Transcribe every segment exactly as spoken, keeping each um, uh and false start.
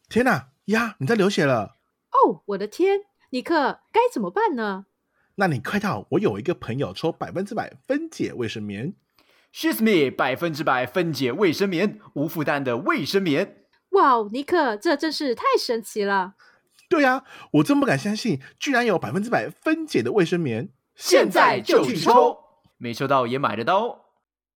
天哪，呀，你在流血了！ 哦，我的天，尼克，该怎么办呢？ 那你快到，我有一个朋友抽百分之百分解卫生棉。 She's me， 百分之百分解卫生棉，无负担的卫生棉。 哇哦，尼克，这真是太神奇了！ 对啊，我真不敢相信，居然有百分之百分解的卫生棉。 现在就去抽，没抽到也买得到哦。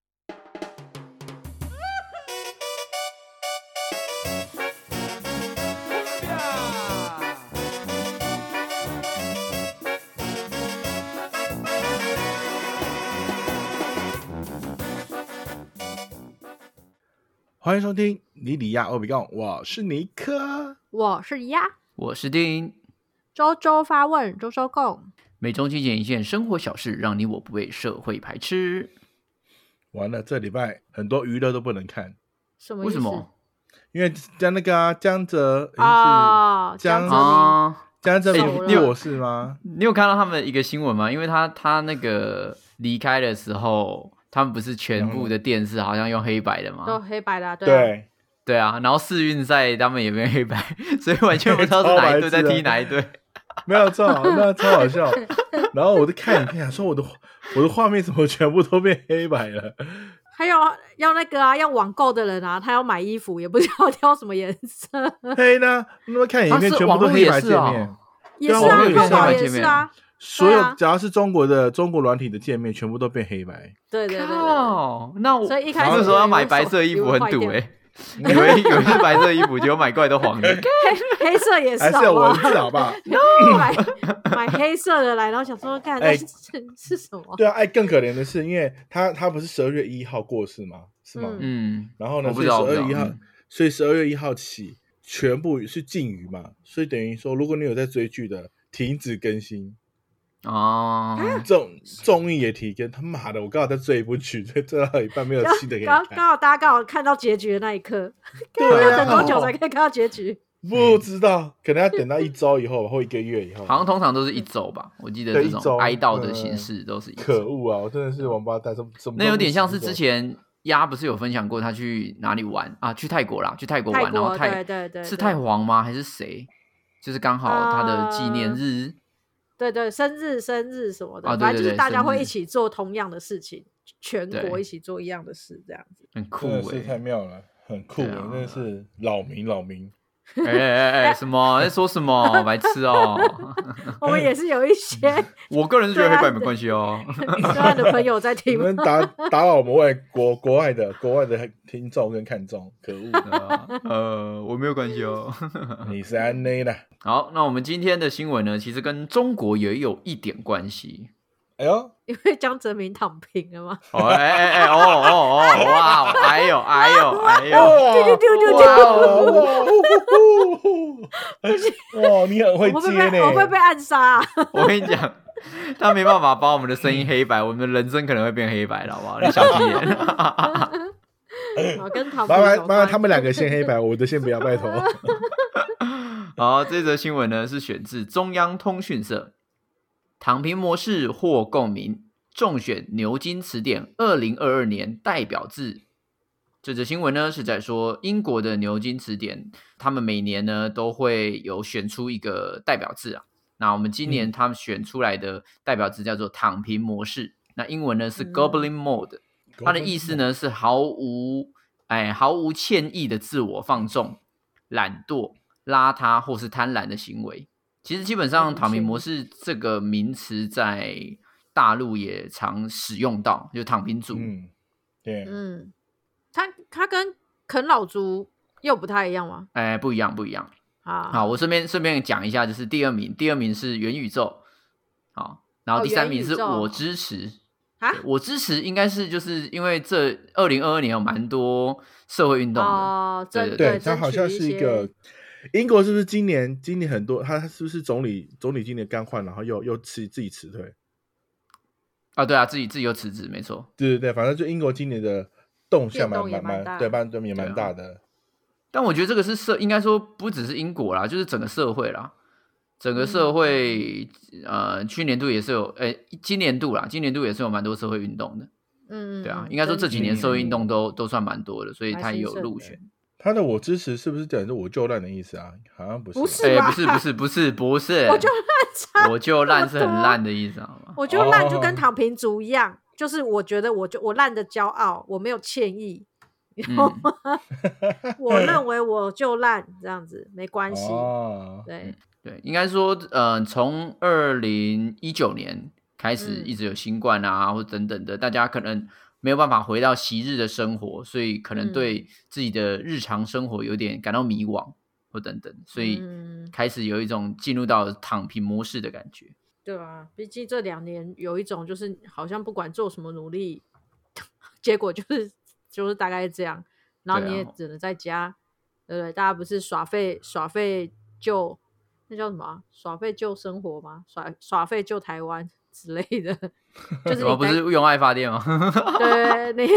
欢迎收听尼里亚欧比贡，我是尼克， 我是鸭， 我是丁， 周周发问，周周共， 每周精简一件生活小事，让你我不被社会排斥。 完了，这礼拜很多娱乐都不能看， 什么意思？ 为什么？ 因为江那个啊，江泽啊， 江泽啊， 江泽民民过世吗？ 你有看到他们一个新闻吗？因为他他那个离开的时候。他们不是全部的电视好像用黑白的吗？ 都黑白的、啊，对啊对对啊，然后世运赛他们也没有黑白，所以完全不知道是哪一队在踢哪一队。 没有超好，那超好笑。然后我就看影片，说我的我的画面怎么全部都变黑白了？ 还有要那个啊，要网购的人啊，他要买衣服也不知道挑什么颜色。 黑呢？那么看影片全部都黑白界面， 也是啊，淘宝也是啊。 所有只要是中国的中国软体的界面，全部都变黑白。 对对对对， 那我所以一开始那时候要买白色衣服很堵哎、欸，以为以为是白色衣服，结果买过来都黄的。 黑黑色也是， 还是有文字好不好？ 买买黑色的来，然后想说看那是、欸、是什么？ 对啊，哎，更可怜的是，因为他他不是十二月一号过世吗？是吗？ 嗯， 然后呢，所以十二月一号，所以十二月一号起全部是禁娱嘛，所以等于说，如果你有在追剧的，停止更新。 哦， 综综艺也提更，他妈的，我刚好在追一部剧，追到一半没有新的可以看。 刚好大家刚好看到结局的那一刻，对、啊，要等多久才可以看到结局？ 不知道，可能要等到一周以后或一个月以后。 好像通常都是一周吧，我记得这种哀悼的形式都是一周。 可恶啊！我真的是王八蛋，什么？ 那有点像是之前鸭不是有分享过他去哪里玩啊？去泰国啦，去泰国玩， 泰国然后泰对对 对, 对， 是太皇吗？还是谁？就是刚好他的纪念日。呃对对，生日生日什么的， 啊、对对对， 反正就是大家会一起做同样的事情，全国一起做一样的事，这样子很酷哎、 欸，太妙了，很酷哎、欸，真的是扰民扰民。 哎哎哎，什么在说什么？白痴哦！ 我们也是有一些， 我个人是觉得黑白没关系哦。 对岸的朋友在听， 你们打打扰我们外国国外的国外的听众跟看众，可恶啊！呃，我没有关系哦。 你是安内啦。 好，那我们今天的新闻呢，其实跟中国也有一点关系。 哎呦， 因为江泽民躺平了吗？ 哦，哎哎哎，哦哦哦，哇，哎呦哎呦哎呦， 丢丢丢丢丢！哇，你很会接呢， 我会被暗杀、啊。 我跟你讲，他没办法把我们的声音黑白，我们的人生可能会变黑白了，好不好？你小心点。 我跟唐麻烦麻烦他们两个先黑白，我的先不要，拜托。 好，这则新闻呢是选自中央通讯社。躺平模式获共鸣，中选牛津词典二零二二年代表字。这则新闻呢是在说英国的牛津词典，他们每年呢都会有选出一个代表字啊。那我们今年他们选出来的代表字叫做躺平模式，那英文呢是 Goblin Mode，、嗯、它的意思呢是毫无哎毫无歉意的自我放纵、懒惰、邋遢或是贪婪的行为。其实基本上躺平模式这个名词在大陆也常使用到，就是躺平族。 嗯，对， 嗯，他他跟啃老族又不太一样吗？ 哎，不一样，不一样。 好， 好，我顺便顺便讲一下，就是第二名，第二名是元宇宙，好，然后第三名是我支持。 啊、 哦，我支持应该是就是因为这二零二二年有蛮多社会运动的， 哦， 对对对，它好像是一个。英国是不是今年今年很多他是不是总理总理今年刚换，然后又又辞自己辞退啊？对啊，自己自己又辞职，没错。 对对对，反正就英国今年的动向蛮蛮蛮对，蛮也蛮大的、啊。 但我觉得这个是社，应该说不只是英国啦，就是整个社会啦，整个社会、嗯、呃，去年度也是有，诶，今年度啦，今年度也是有蛮多社会运动的。 嗯， 对啊，应该说这几年社会运动都、嗯、都算蛮多的，所以他也有入选。 他的我支持是不是等于我就烂的意思啊？好像不是， 不是哎、 吧？ 不是不是不是不是， 我就烂差， 我就烂是很烂的意思好吗？ 我就烂就跟躺平族一样，就是我觉得我就我烂的骄傲，我没有歉意。 嗯我认为我就烂这样子没关系， 哦， 对对，应该说，呃，从二零一九年开始， 嗯一直有新冠啊，或等等的，大家可能没有办法回到昔日的生活，所以可能对自己的日常生活有点感到迷惘，或等等，所以嗯开始有一种进入到躺平模式的感觉。 对啊，毕竟这两年有一种就是好像不管做什么努力，结果就是就是大概这样，然后你对啊也只能在家，对不对？大家不是耍废耍废救那叫什么啊、耍废救生活吗？耍耍废救台湾之类的，就是然后不你待是用爱发电吗？ 对你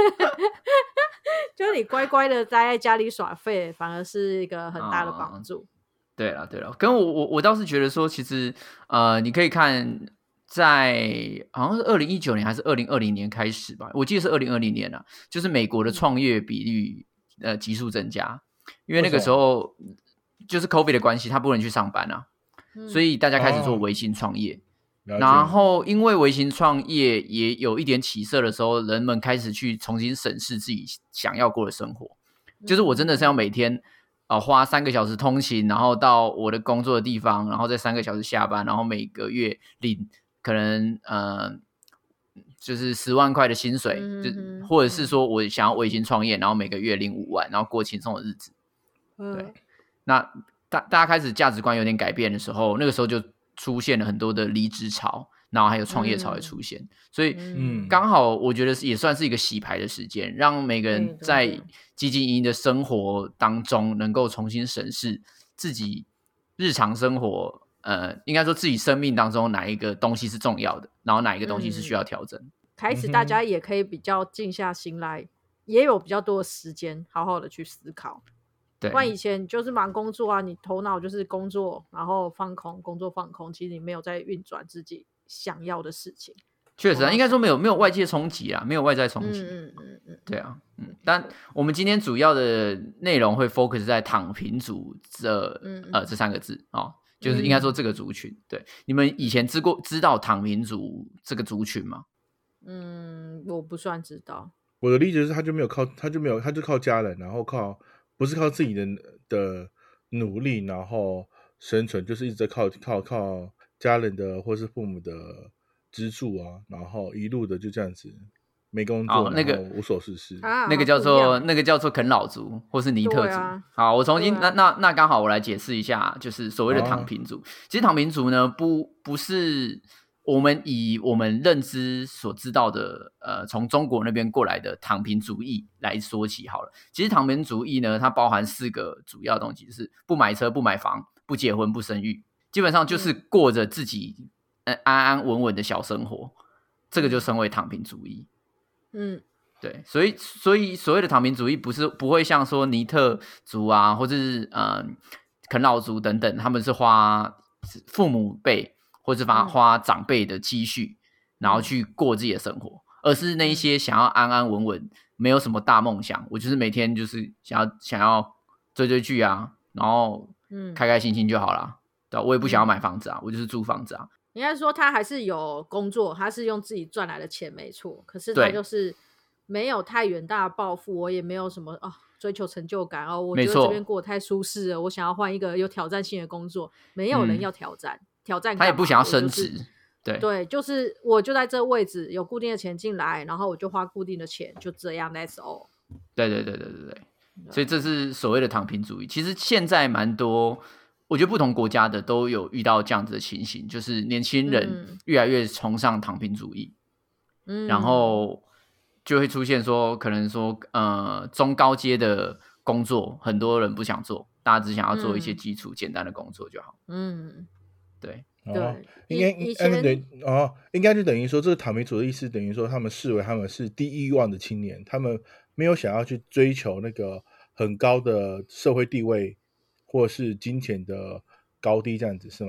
就是你乖乖的待在家里耍废，反而是一个很大的帮助。 对了对了，跟我我我倒是觉得说，其实呃，你可以看在好像是二零一九年还是二零二零年开始吧，我记得是二零二零年啊，就是美国的创业比率呃急速增加，因为那个时候就是 COVID 的关系，他不能去上班啊， 嗯所以大家开始做微型创业。 了解然后因为微型创业也有一点起色的时候，人们开始去重新审视自己想要过的生活，就是我真的是要每天呃花三个小时通勤，然后到我的工作的地方，然后再三个小时下班，然后每个月领可能呃就是十万块的薪水， 嗯就或者是说我想要微型创业，然后每个月领五万，然后过轻松的日子。 嗯对，那大大家开始价值观有点改变的时候，那个时候就出现了很多的离职潮，然后还有创业潮也出现， 嗯、 所以嗯刚好我觉得也算是一个洗牌的时间，让每个人在汲汲营营的生活当中能够重新审视自己日常生活，呃，应该说自己生命当中哪一个东西是重要的，然后哪一个东西是需要调整。 嗯、开始大家也可以比较静下心来，也有比较多的时间好好的去思考。 对， 不然以前就是忙工作啊，你头脑就是工作，然后放空，工作放空，其实你没有在运转自己想要的事情。 确实啊，应该说没有没有外界冲击啊，没有外在冲击。 嗯嗯嗯对啊，嗯，但我们今天主要的内容会 focus 在躺平族这、嗯、呃这三个字哦，就是应该说这个族群。嗯、对，你们以前知过知道躺平族这个族群吗？ 嗯，我不算知道。 我的理解是，他就没有靠，他就没有，他就靠家人，然后靠。不是靠自己的的努力，然后生存，就是一直在靠靠靠家人的或是父母的资助啊，然后一路的就这样子没工作， 哦、那个然后无所事事， 啊、 那个叫做那个叫做啃老族或是尼特族。啊、好，我重新、啊、那那那刚好我来解释一下，就是所谓的躺平族。啊、其实躺平族呢，不不是。我们以我们认知所知道的，呃，从中国那边过来的躺平主义来说起好了。其实躺平主义呢，它包含四个主要东西，就是不买车、不买房、不结婚、不生育，基本上就是过着自己、呃、安安稳稳的小生活，这个就称为躺平主义。嗯，对，所以所以所谓的躺平主义，不是不会像说尼特族啊，或者是呃啃老族等等，他们是花父母辈。或是花长辈的积蓄，然后去过自己的生活，而是那一些想要安安稳稳，没有什么大梦想，我就是每天就是想要想要追追剧啊，然后开开心心就好啦。对，我也不想要买房子啊，我就是租房子啊。 应该说他还是有工作，他是用自己赚来的钱没错，可是他就是没有太远大的抱负，我也没有什么哦追求成就感哦，我觉得这边过得太舒适了，我想要换一个有挑战性的工作，没有人要挑战。嗯，挑战他也不想要升职、就是、对对，就是我就在这位置有固定的钱进来，然后我就花固定的钱，就这样 that's all。 对对对对对对，所以这是所谓的躺平主义。其实现在蛮多我觉得不同国家的都有遇到这样子的情形，就是年轻人越来越崇尚躺平主义、嗯、然后就会出现说可能说呃中高阶的工作很多人不想做，大家只想要做一些基础简单的工作就好。嗯，对哦，应该应该等哦，应该就等于说，这个躺平主义是等于说，他们视为他们是低欲望的青年，他们没有想要去追求那个很高的社会地位或是金钱的高低，这样子是吗？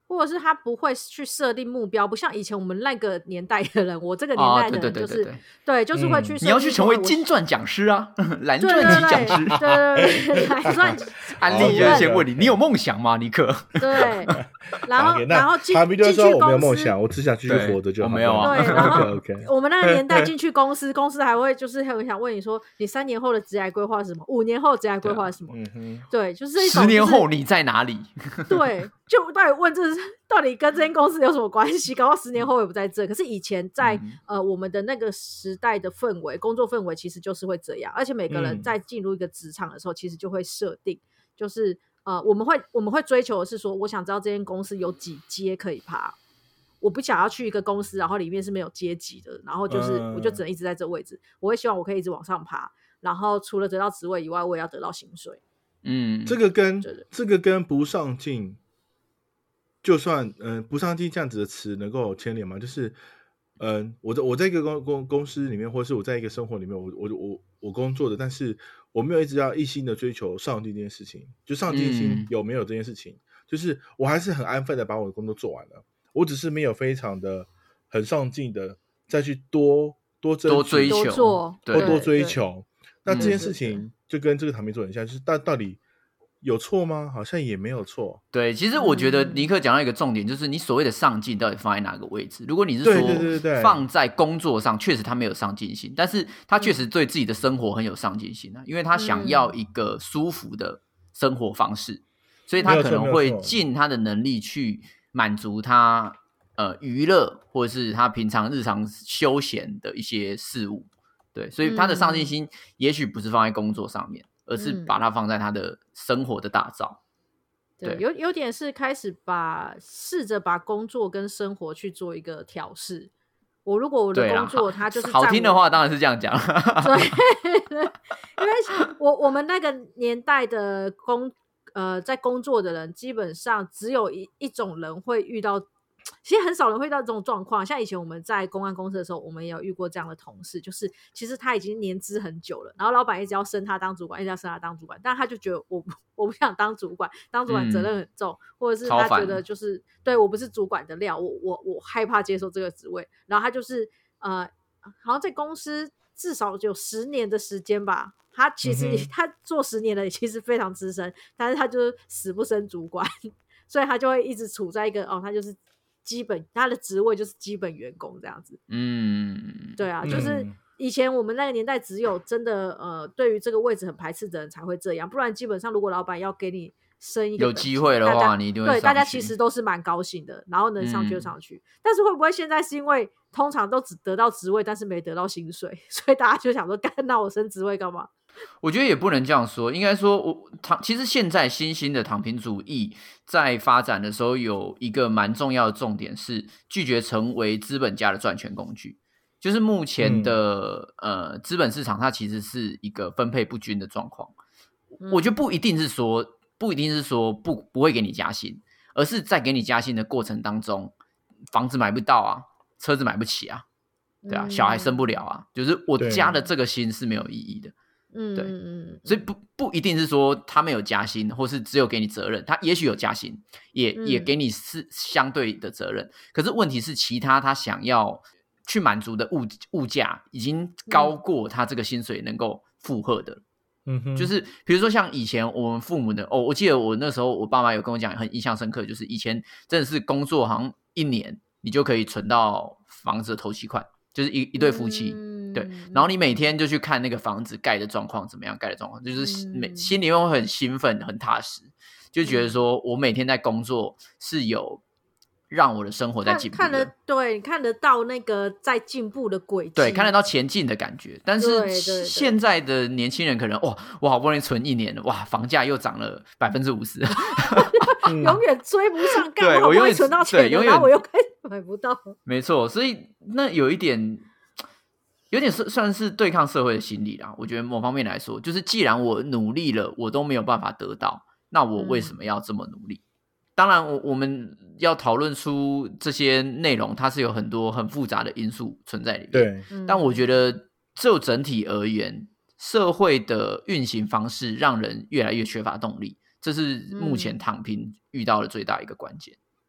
或者是他不会去设定目标，不像以前我们那个年代的人，我这个年代的人就是、哦、对, 对, 对, 对, 对, 对，就是会去设定、嗯、 你要去成为金钻讲师啊，蓝钻级讲师， 对对对对，蓝钻安利就先问你，你有梦想吗？尼克？ 对，然后然后进进去公司，我没有梦想，我只想继续活着就好。 我没有啊。 对，然后 okay, okay. 我们那个年代进去公司，公司还会就是很想问你说，你三年后的职业规划是什么？五年后的职业规划是什么？对, 对，就是一种、就是、 十年后你在哪里？ 对，就到底问这是到底跟这间公司有什么关系？搞到十年后也不在这。可是以前在、嗯、呃我们的那个时代的氛围，工作氛围其实就是会这样，而且每个人在进入一个职场的时候，其实就会设定，就是呃我们会我们会追求的是说，我想知道这间公司有几阶可以爬。我不想要去一个公司，然后里面是没有阶级的，然后就是我就只能一直在这位置。我会希望我可以一直往上爬，然后除了得到职位以外，我也要得到薪水。 嗯， 这个跟这个跟不上进，就算嗯、呃、不上进这样子的词能够牵连吗？就是嗯、呃、我在我在一个公公公司里面，或者是我在一个生活里面，我我我我工作的，但是我没有一直要一心的追求上进这件事情。就上进心有没有这件事情，嗯、就是我还是很安分的把我的工作做完了。我只是没有非常的很上进的再去多多争取多追求或多追求，那这件事情就跟这个躺平族很像，就是到到底有错吗？好像也没有错。 对，其实我觉得尼克讲到一个重点，就是你所谓的上进到底放在哪个位置？如果你是说放在工作上，确实他没有上进心，但是他确实对自己的生活很有上进心啊，因为他想要一个舒服的生活方式，所以他可能会尽他的能力去满足他呃娱乐或者是他平常日常休闲的一些事物，对，所以他的上进心也许不是放在工作上面，而是把它放在他的生活的打造。 对，有有点是开始把试着把工作跟生活去做一个调试。我如果我的工作它就是好听的话，当然是这样讲。 对，因为我我们那个年代的工。呃，在工作的人基本上只有一一种人会遇到，其实很少人会遇到这种状况。像以前我们在公关公司的时候，我们也有遇过这样的同事，就是其实他已经年资很久了，然后老板一直要升他当主管，一直要升他当主管，但他就觉得我我不想当主管，当主管责任很重，嗯、或者是他觉得就是对我不是主管的料，我我我害怕接受这个职位，然后他就是呃，好像在公司至少有十年的时间吧。他其实、嗯、他做十年了，其实非常资深，但是他就是死不升主管，所以他就会一直处在一个哦，他就是基本他的职位就是基本员工这样子。 嗯， 对啊，就是以前我们那个年代只有真的呃，对于这个位置很排斥的人才会这样，不然基本上如果老板要给你升一个有机会的话，你一定会上去。 对，大家其实都是蛮高兴的，然后能上去就上去。嗯、但是会不会现在是因为通常都只得到职位，但是没得到薪水，所以大家就想说，干那我升职位干嘛？ 我觉得也不能这样说，应该说我躺其实现在新兴的躺平主义在发展的时候，有一个蛮重要的重点是拒绝成为资本家的赚钱工具。就是目前的、嗯、呃资本市场，它其实是一个分配不均的状况。嗯、我觉得不一定是说不一定是说不不会给你加薪，而是在给你加薪的过程当中，房子买不到啊，车子买不起啊，对啊，嗯、小孩生不了啊，就是我加的这个薪是没有意义的。 嗯， 对，所以不不一定是说他没有加薪，或是只有给你责任，他也许有加薪，也、嗯、也给你是相对的责任。可是问题是，其他他想要去满足的物物价已经高过他这个薪水能够负荷的。 嗯哼， 就是比如说像以前我们父母的哦，我记得我那时候我爸妈有跟我讲，很印象深刻，就是以前真的是工作好像一年你就可以存到房子的头期款，就是一一对夫妻。嗯对，然后你每天就去看那个房子盖的状况怎么样，盖的状况就是每心里面会很兴奋很踏实，就觉得说我每天在工作是有让我的生活在进步的， 看得对看得到那个在进步的轨迹， 对，看得到前进的感觉。但是现在的年轻人可能哇，我好不容易存一年了，哇，房价又涨了百分之五十， 永远追不上，干我好不容易存到钱了，然后我又开始买不到。 没错，所以那有一点。有点算是对抗社会的心理啦，我觉得某方面来说，就是既然我努力了，我都没有办法得到，那我为什么要这么努力？嗯、当然我，我们要讨论出这些内容，它是有很多很复杂的因素存在里面。 对， 但我觉得就整体而言，社会的运行方式让人越来越缺乏动力，这是目前躺平遇到的最大一个关键。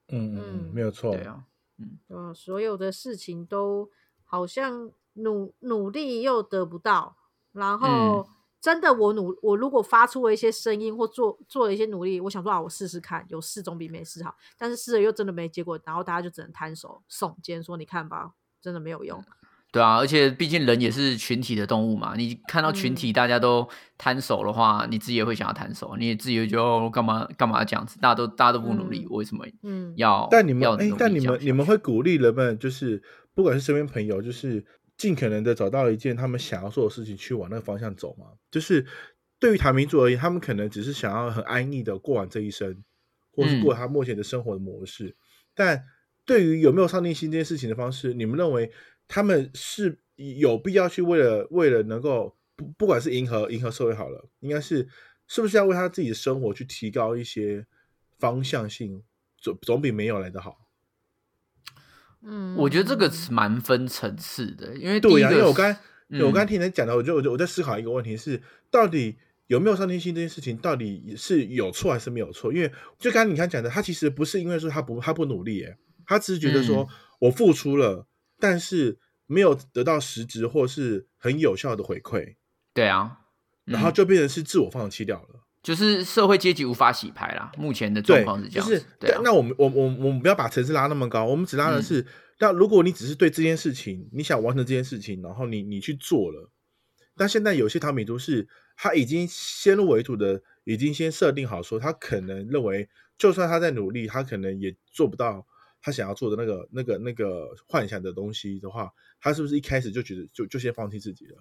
嗯嗯，没有错。 对啊，嗯， 呃，所有的事情都好像努努力又得不到，然后真的我努我如果发出了一些声音或做做了一些努力，我想说啊，我试试看，有试总比没试好，但是试了又真的没结果，然后大家就只能摊手耸肩说你看吧，真的没有用。 对啊，而且毕竟人也是群体的动物嘛，你看到群体大家都摊手的话，嗯、你自己也会想要摊手，你自己会觉得哦，干嘛干嘛这样子，大家都大家都不努力，嗯、为什么要？ 但你们哎， 但你们你们会鼓励人们，就是不管是身边朋友，就是尽可能的找到一件他们想要做的事情，去往那个方向走嘛。就是对于唐明族而言，他们可能只是想要很安逸的过完这一生，或是过他目前的生活的模式。嗯、但对于有没有上进心这件事情的方式，你们认为？他们是有必要去为了为了能够不不管是迎合迎合社会好了，应该是是不是要为他自己的生活去提高一些方向性，总总比没有来的好。 嗯，我觉得这个是蛮分层次的，因为对呀、啊，因为我刚才、嗯、我刚才听你讲的，我就我就我在思考一个问题是，到底有没有上进心这件事情，到底是有错还是没有错？因为就刚才你看讲的，他其实不是因为说他不他不努力，耶，他只是觉得说、嗯、我付出了。但是没有得到实质或是很有效的回馈， 对啊， 嗯、然后就变成是自我放弃掉了， 就是社会阶级无法洗牌啦。目前的状况是这样子， 就是对、啊。那我们我我我们不要把层次拉那么高，我们只拉的是，那、嗯、如果你只是对这件事情，你想完成这件事情，然后你你去做了，但现在有些唐美族是他已经先入为主的，已经先设定好说，他可能认为，就算他在努力，他可能也做不到。他想要做的那个、那个、那个幻想的东西的话，他是不是一开始就觉得就就先放弃自己了？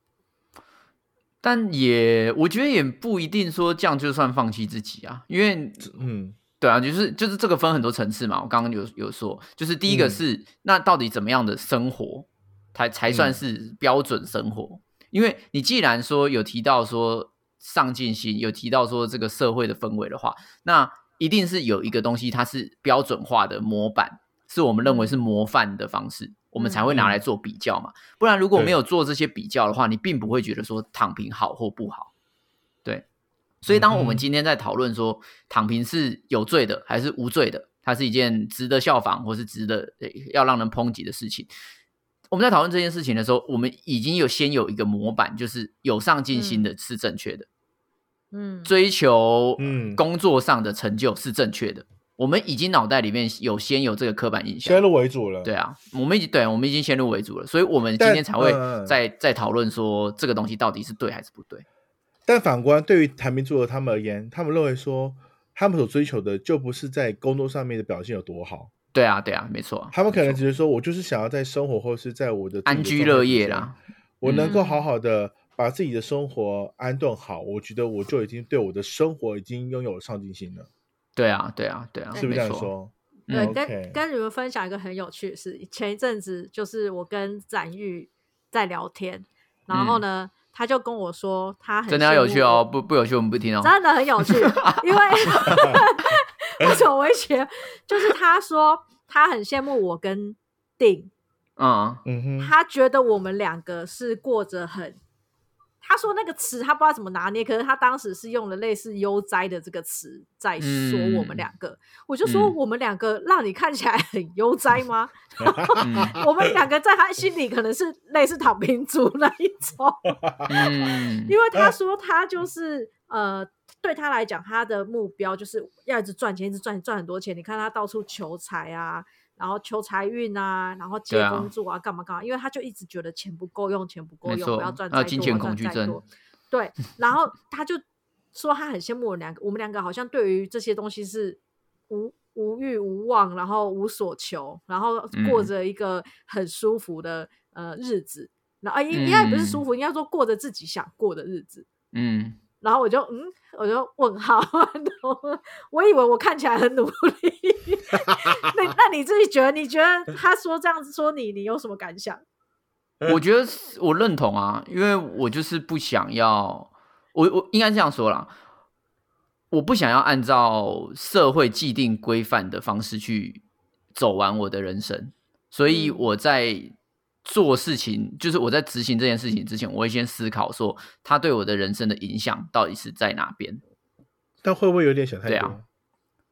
但也，我觉得也不一定说这样就算放弃自己啊，因为，嗯，对啊，就是就是这个分很多层次嘛。我刚刚有有说，就是第一个是、嗯、那到底怎么样的生活才才算是标准生活？嗯、因为你既然说有提到说上进心，有提到说这个社会的氛围的话，那一定是有一个东西，它是标准化的模板，是我们认为是模范的方式，嗯、我们才会拿来做比较嘛。不然如果没有做这些比较的话，你并不会觉得说躺平好或不好。对，所以当我们今天在讨论说躺平是有罪的还是无罪的，它是一件值得效仿或是值得要让人抨击的事情。我们在讨论这件事情的时候，我们已经有先有一个模板，就是有上进心的是正确的。嗯嗯，追求工作上的成就是正确的，嗯、我们已经脑袋里面有先有这个刻板印象， 先入为主了。 对啊，我们已经对，我们已经先入为主了，所以我们今天才会在在讨论说这个东西到底是对还是不对。 但反观对于唐明族的他们而言，他们认为说他们所追求的就不是在工作上面的表现有多好。 对啊，对啊，没错。 他们可能只是说我就是想要在生活或是在我的安居乐业啦， 我能够好好的。把自己的生活安顿好，我觉得我就已经对我的生活已经拥有了上进心了。 对啊，对啊，对啊， 是不是这样说？ 对，嗯、跟跟你们分享一个很有趣的事。前一阵子就是我跟展玉在聊天，然后呢，嗯、他就跟我说他很真的要有趣哦，不不有趣我们不听哦。 真的很有趣，因为为什么我会觉得，就是他说他很羡慕我跟定，嗯嗯，他觉得我们两个是过着很。他说那个词他不知道怎么拿捏，可是他当时是用了类似悠哉的这个词在说我们两个、嗯、我就说我们两个让你看起来很悠哉吗、嗯、我们两个在他心里可能是类似躺平族那一种、嗯、因为他说他就是呃，对他来讲他的目标就是要一直赚钱一直赚赚很多钱，你看他到处求财啊，然后求财运啊，然后接工作啊，干嘛干嘛，因为他就一直觉得钱不够用，钱不够用，我要赚再多， 金钱恐惧症。 对，然后他就说他很羡慕我们两个，我们两个好像对于这些东西是无无欲无望，然后无所求，然后过着一个很舒服的、嗯、呃日子，然后应该也不是舒服，应该说过着自己想过的日子。嗯。然后我就嗯，我就问号，我以为我看起来很努力。那那你自己觉得？你觉得他说这样子说你，你有什么感想？ 我觉得我认同啊，因为我就是不想要，我我应该这样说啦，我不想要按照社会既定规范的方式去走完我的人生，所以我在做事情，就是我在执行这件事情之前，我会先思考说它对我的人生的影响到底是在哪边。 但会不会有点想太多？ 对啊，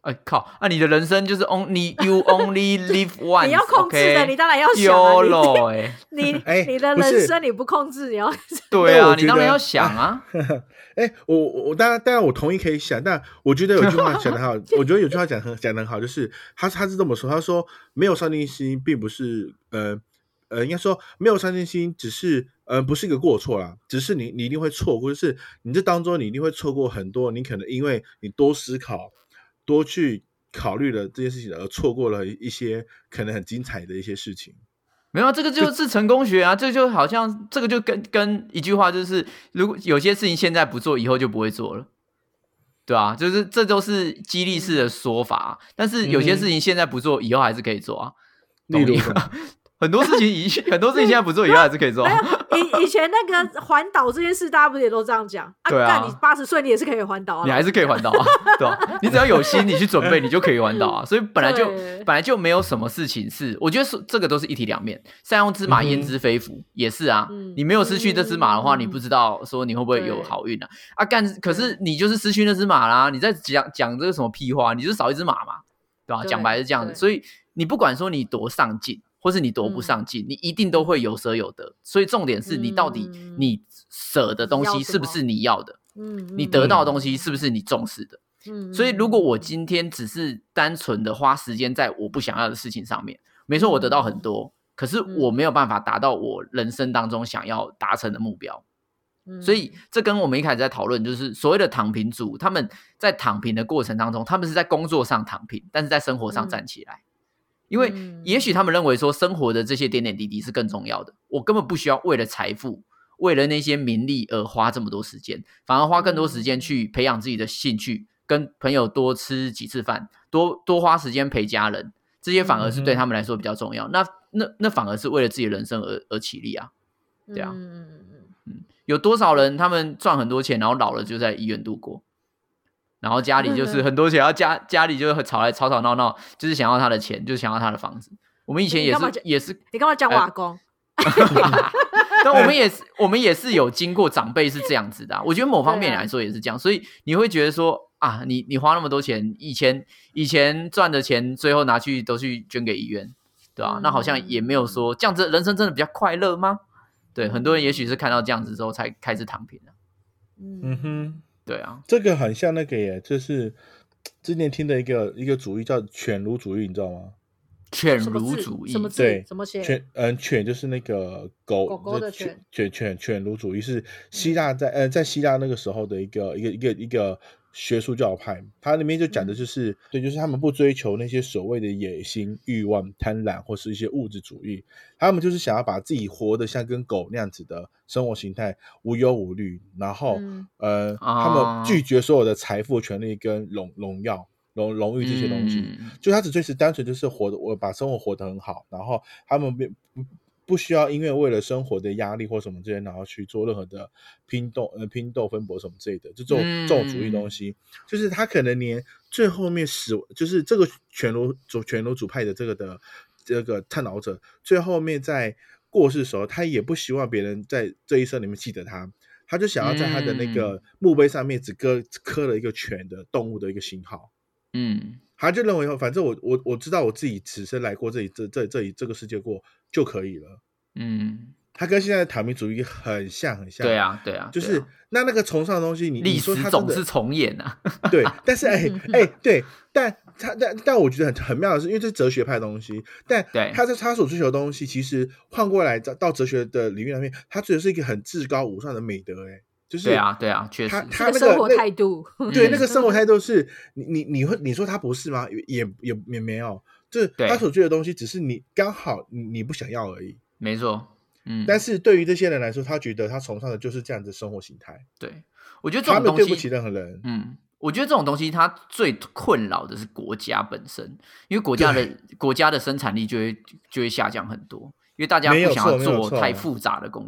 哎靠！啊，你的人生就是 only you only live once， 你要控制的， okay? 你当然要想啊。 YOLO 哎， 你你你的人生你不控制，你要对啊，你当然要想啊。 哎，我我当然当然我同意可以想，但我觉得有句话讲得好，我觉得有句话讲很讲得很好，就是他他是这么说，他说没有上进心，并不是呃呃，应该说没有上进心，只是呃不是一个过错啦，只是你你一定会错过，就是你这当中你一定会错过很多，你可能因为你多思考。多去考虑了这件事情，而错过了一些可能很精彩的一些事情。 没有，这个就是成功学啊！这就好像这个就跟跟一句话就是，如果有些事情现在不做，以后就不会做了，对啊，就是这都是激励式的说法。但是有些事情现在不做，以后还是可以做啊。 例如很多事情以很多事情现在不做，以后还是可以做、啊。 以以前那个环岛这件事，大家不是也都这样讲？ 对啊， 你八十岁你也是可以环岛啊， 你还是可以环岛啊，对吧、啊？你只要有心，你去准备，你就可以环岛啊。所以本来就本来就没有什么事情是，我觉得这个都是一体两面。善用之马，焉知非福、嗯、也是啊、嗯。你没有失去这只马的话，嗯、你不知道说你会不会有好运啊？啊，干，可是你就是失去那只马啦。你在讲讲这个什么屁话？你就是少一只马嘛，对吧、啊？讲白是这样子，所以你不管说你多上进。或是你多不上进、嗯、你一定都会有舍有得，所以重点是你到底你舍的东西是不是你要的、嗯、你得到的东西是不是你重视的、嗯、所以如果我今天只是单纯的花时间在我不想要的事情上面，没错我得到很多、嗯、可是我没有办法达到我人生当中想要达成的目标、嗯、所以这跟我们一开始在讨论就是所谓的躺平族，他们在躺平的过程当中，他们是在工作上躺平，但是在生活上站起来、嗯，因为也许他们认为说生活的这些点点滴滴是更重要的，我根本不需要为了财富为了那些名利而花这么多时间，反而花更多时间去培养自己的兴趣，跟朋友多吃几次饭，多多花时间陪家人，这些反而是对他们来说比较重要、嗯、那那那反而是为了自己的人生而而起立啊，对啊、嗯嗯、有多少人他们赚很多钱然后老了就在医院度过，然后家里就是很多钱，然后家家里就吵来吵吵闹闹，就是想要他的钱，就是想要他的房子。我们以前也是也是， 你干嘛讲我阿公？ 但我们也是我们也是有经过长辈是这样子的、啊，我觉得某方面来说也是这样，所以你会觉得说啊，你你花那么多钱，以前以前赚的钱，最后拿去都去捐给医院，对吧、啊嗯？那好像也没有说这样子，人生真的比较快乐吗？对，很多人也许是看到这样子之后才开始躺平的、啊。 嗯哼。 对啊， 这个很像那个耶，就是之前听的一个一个主义叫犬儒主义，你知道吗？ 犬儒主义什么字？ 对， 怎么写？ 犬嗯，犬就是那个狗狗狗的犬， 犬犬犬儒主义是希腊在、嗯、呃在希腊那个时候的一个一个一个一个学术教派，它里面就讲的就是、嗯、对，就是他们不追求那些所谓的野心、欲望、贪婪或是一些物质主义，他们就是想要把自己活得像跟狗那样子的生活形态，无忧无虑，然后、嗯、呃、啊，他们拒绝所有的财富、权利跟荣荣耀。荣荣誉这些东西、嗯、就他只追求单纯就是活的，我把生活活得很好，然后他们不不需要因为为了生活的压力或什么之类，然后去做任何的拼斗呃拼斗分搏什么之类的，就这种、嗯、这种主义东西，就是他可能连最后面死，就是这个犬儒主犬儒主派的这个的这个探讨者，最后面在过世的时候，他也不希望别人在这一生里面记得他，他就想要在他的那个墓碑上面只刻刻了一个犬的动物的一个型号。嗯，他就认为反正我我我知道我自己此生来过这里这这这里这个世界过就可以了。嗯，他跟现在的躺平主义很像很像。 对啊对啊， 就是那那个崇尚的东西，你历史总是重演啊。 对，但是哎哎、欸、对，但他但但我觉得很很妙的是，因为这是哲学派的东西，但他在他所追求的东西，其实换过来到哲学的领域里面，他追求是一个很至高无上的美德、欸，哎。就是、 对啊，对啊，确实， 他他那个生活态度， 对、嗯、那个生活态度是你你你会你说他不是吗？也也也没有，就是他所追的东西，只是你刚好你你不想要而已。 没错，嗯。 但是对于这些人来说，他觉得他崇尚的就是这样的生活形态。 对，我觉得这种东西他们对不起任何人。 嗯，我觉得这种东西它最困扰的是国家本身，因为国家的国家的生产力就会就会下降很多，因为大家不想要做太复杂的工作。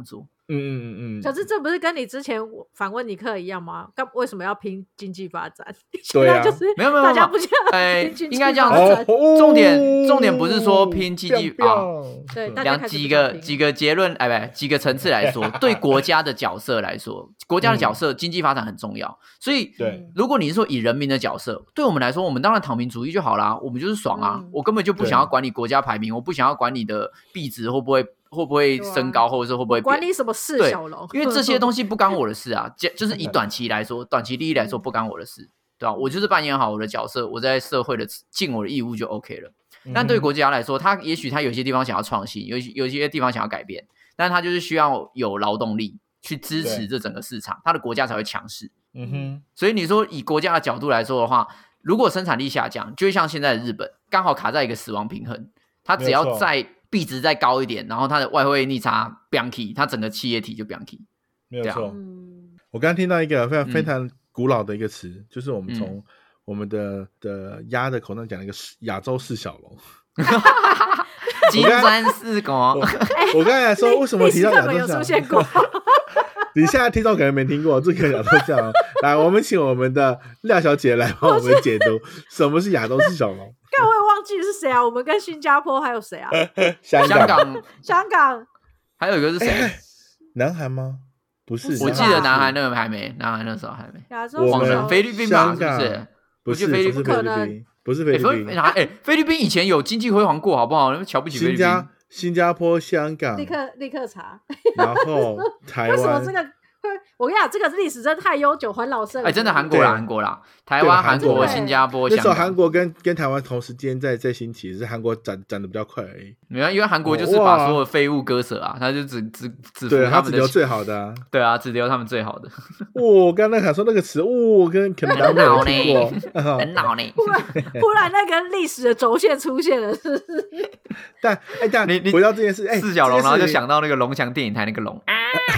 嗯嗯嗯嗯。 可是这不是跟你之前访问尼克一样吗？干为什么要拼经济发展？ 对啊， 就是没有没有大家不想哎，应该这样子。 重点重点不是说拼经济啊， 对， 两几个几个结论，哎不，几个层次来说，对国家的角色来说，国家的角色、嗯、经济发展很重要。所以， 对， 如果你是说以人民的角色，对我们来说，我们当然躺平主义就好啦，我们就是爽啊， 嗯、 我根本就不想要管你国家排名，我不想要管你的币值会不会。会不会升高，啊、或者是会不会管你什么事小龙？ 因为这些东西不干我的事啊，就是以短期来说，短期利益来说不干我的事，对吧、啊？我就是扮演好我的角色，我在社会的尽我的义务就 OK 了。嗯、但对国家来说，他也许他有些地方想要创新，有有些地方想要改变，但他就是需要有劳动力去支持这整个市场，他的国家才会强势。 嗯哼。 所以你说以国家的角度来说的话，如果生产力下降，就会像现在的日本，刚好卡在一个死亡平衡，他只要在币值再高一点，然后它的外汇逆差 bianchi， 它整个企业体就 bianchi， 没有错。我刚刚听到一个非常非常古老的一个词，嗯、就是我们从我们的的鸭的口中讲了一个亚洲四小龙， 金砖四国。我, 我刚才说为什么提到亚洲四小龙？ 有出现过。 你现在听众可能没听过这个亚洲四小龙。来，我们请我们的廖小姐来帮我们解读什么是亚洲四小龙。 但我也忘记是谁啊？我们跟新加坡还有谁啊？ 香港， 香港， 还有一个是谁？ 欸、南韩吗？不是， 我记得南韩那个还没，南韩那时候还没。 亚洲忘了菲律宾吧？是不是？ 不是， 菲律宾，不是菲律宾，不是菲律宾。 哎、欸，菲律宾以前有经济辉煌过，好不好？瞧不起菲律宾。 新加新加坡、香港， 立刻立刻查。 然后台湾， 为什么这个？我跟你讲，这个历史真的太悠久，很老生。 哎，真的韩国啦，韩国啦，台湾、韩国、新加坡、香港。 那时候韩国跟跟台湾同时间在在兴起，是韩国涨涨得比较快而已。 没有，因为韩国就是把所有废物割舍啊，他就只只只对他只留最好的、啊。 对啊，只留他们最好的。 我、哦、刚刚想说那个词，我、哦、跟可能没有听过， 很恼呢。 忽然忽然那个历史的轴线出现了，是不是？ 但哎，但你你回到这件事，哎， 四小龙，然后就想到那个龙翔电影台那个龙。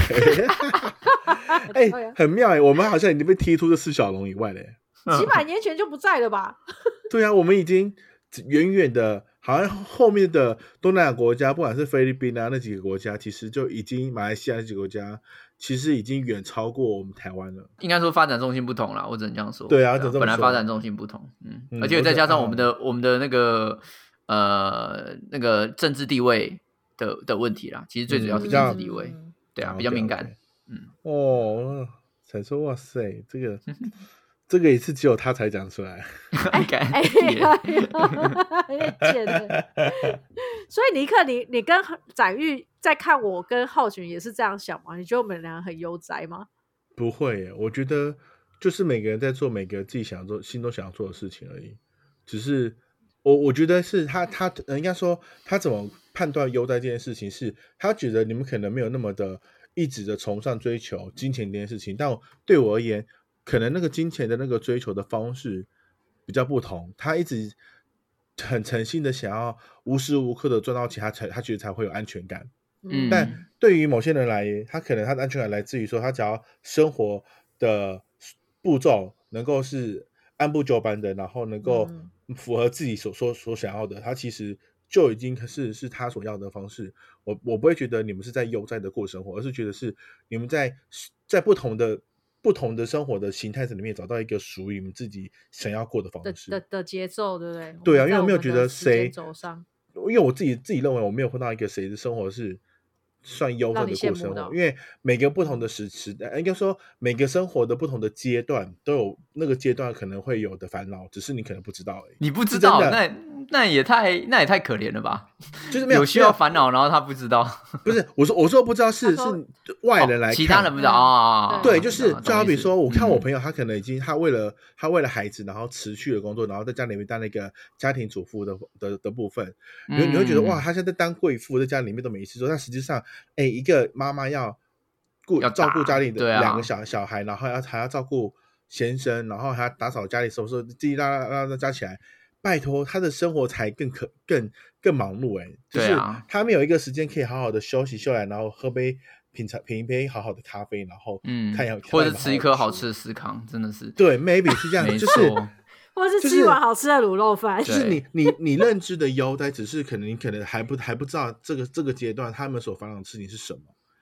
哎、欸，很妙哎、欸，我们好像已经被踢出这四小龙以外了、 欸，几百年前就不在了吧？ 对啊，我们已经远远的，好像后面的东南亚国家，不管是菲律宾啊那几个国家，其实就已经马来西亚那几个国家，其实已经远超过我们台湾了。 应该说发展重心不同啦，我只能这样说。 对啊， 对啊本来发展重心不同，嗯，嗯而且再加上我们的我们的那个呃那个政治地位的的问题啦，其实最主要是政治地位，嗯、对啊，比较敏感。 Okay, okay. 嗯哦，才说哇塞，这个这个也是只有他才讲出来， 哎哎呀，贱的。所以尼克，你你跟展玉在看我跟浩群也是这样想吗？你觉得我们两个很悠哉吗？ 不会耶，我觉得就是每个人在做每个自己想做、心中想要做的事情而已。只是我我觉得是他他应该说他怎么判断悠哉这件事情，是他觉得你们可能没有那么的。一直的崇尚追求金钱这件事情，但对我而言，可能那个金钱的那个追求的方式比较不同。他一直很诚心的想要无时无刻的赚到钱，他才他觉得才会有安全感。 嗯， 但对于某些人来，他可能他的安全感来自于说，他只要生活的步骤能够是按部就班的，然后能够符合自己所说所想要的，他其实。就已经是是他所要的方式，我我不会觉得你们是在悠哉的过生活，而是觉得是你们在在不同的不同的生活的形态里面找到一个属于你们自己想要过的方式的, 的, 的节奏，对不对？ 对啊，因为我没有觉得谁走上， 因为我自己自己认为我没有碰到一个谁的生活是算悠哉的过生活，因为每个不同的时时代，应该说每个生活的不同的阶段都有那个阶段可能会有的烦恼，只是你可能不知道而已。 你不知道，那那也太那也太可怜了吧？ 就是没有有需要烦恼，然后他不知道。 不是，我说我说不知道是是外人来看、哦， 其他人不知道啊、哦。 对，就是就好比说，我看我朋友，他可能已经他为了他为了孩子，然后辞去了工作，然后在家里面当那个家庭主妇的的的部分，你你会觉得哇，他现在当贵妇，在家里面都没事做，但实际上，哎，一个妈妈要顾照顾家里的两个小、啊、小孩，然后要还要照顾先生，然后还要打扫家里，什么时候叽啦啦啦加起来。拜托，他的生活才更可更更忙碌哎、欸，就是他没有一个时间可以好好的休息休来，然后喝杯品尝品一杯好好的咖啡，然后看一下、 嗯，或者吃一颗好吃的司康，真的是对 ，maybe 是这样，就是或者是吃一碗好吃的卤肉饭， 就是你你你认知的优待，只是可能你可能还不还不知道这个这个阶段他们所烦恼的事情是什么。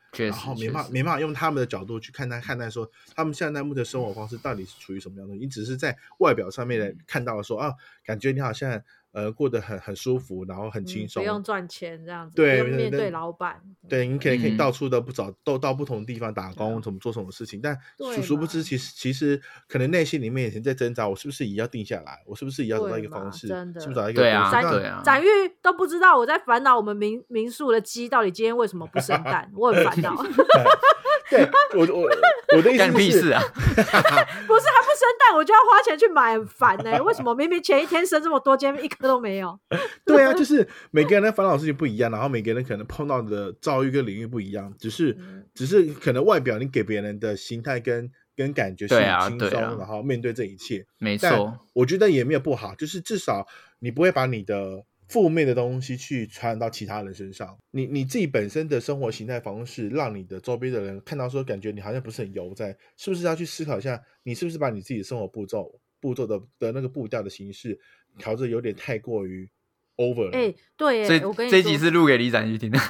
确实， 然后没办法没办法用他们的角度去看待看待说他们现在目的生活方式到底是处于什么样的，你只是在外表上面看到说啊，感觉你好像呃过得很很舒服，然后很轻松、 嗯，不用赚钱这样子， 对， 不用面对老板， 对，你可以可以到处都不找，都到不同地方打工，怎么做什么事情，但殊不知其实其实可能内心里面也在挣扎，我是不是也要定下来，我是不是也要找到一个方式， 真的是不是找到一个对啊对啊， 展玉都不知道我在烦恼我们民民宿的鸡到底今天为什么不生蛋，我很烦恼。 对，我我我的意思是， 屁事啊！ 不是他不生蛋，我就要花钱去买，很烦呢、欸。为什么明明前一天生这么多，今天一颗都没有？ 对啊，就是每个人的烦恼事情不一样，然后每个人可能碰到的遭遇跟领域不一样，只是、嗯、只是可能外表你给别人的心态跟跟感觉是轻松、啊啊，然后面对这一切， 没错。 我觉得也没有不好，就是至少你不会把你的负面的东西去传染到其他人身上，你你自己本身的生活形态方式让你的周边的人看到说感觉你好像不是很悠哉，是不是要去思考一下你是不是把你自己的生活步骤步骤 的, 的那个步调的形式调得有点太过于 over 了。 哎、欸，对耶，我跟你说这一集是录给李展玉听的。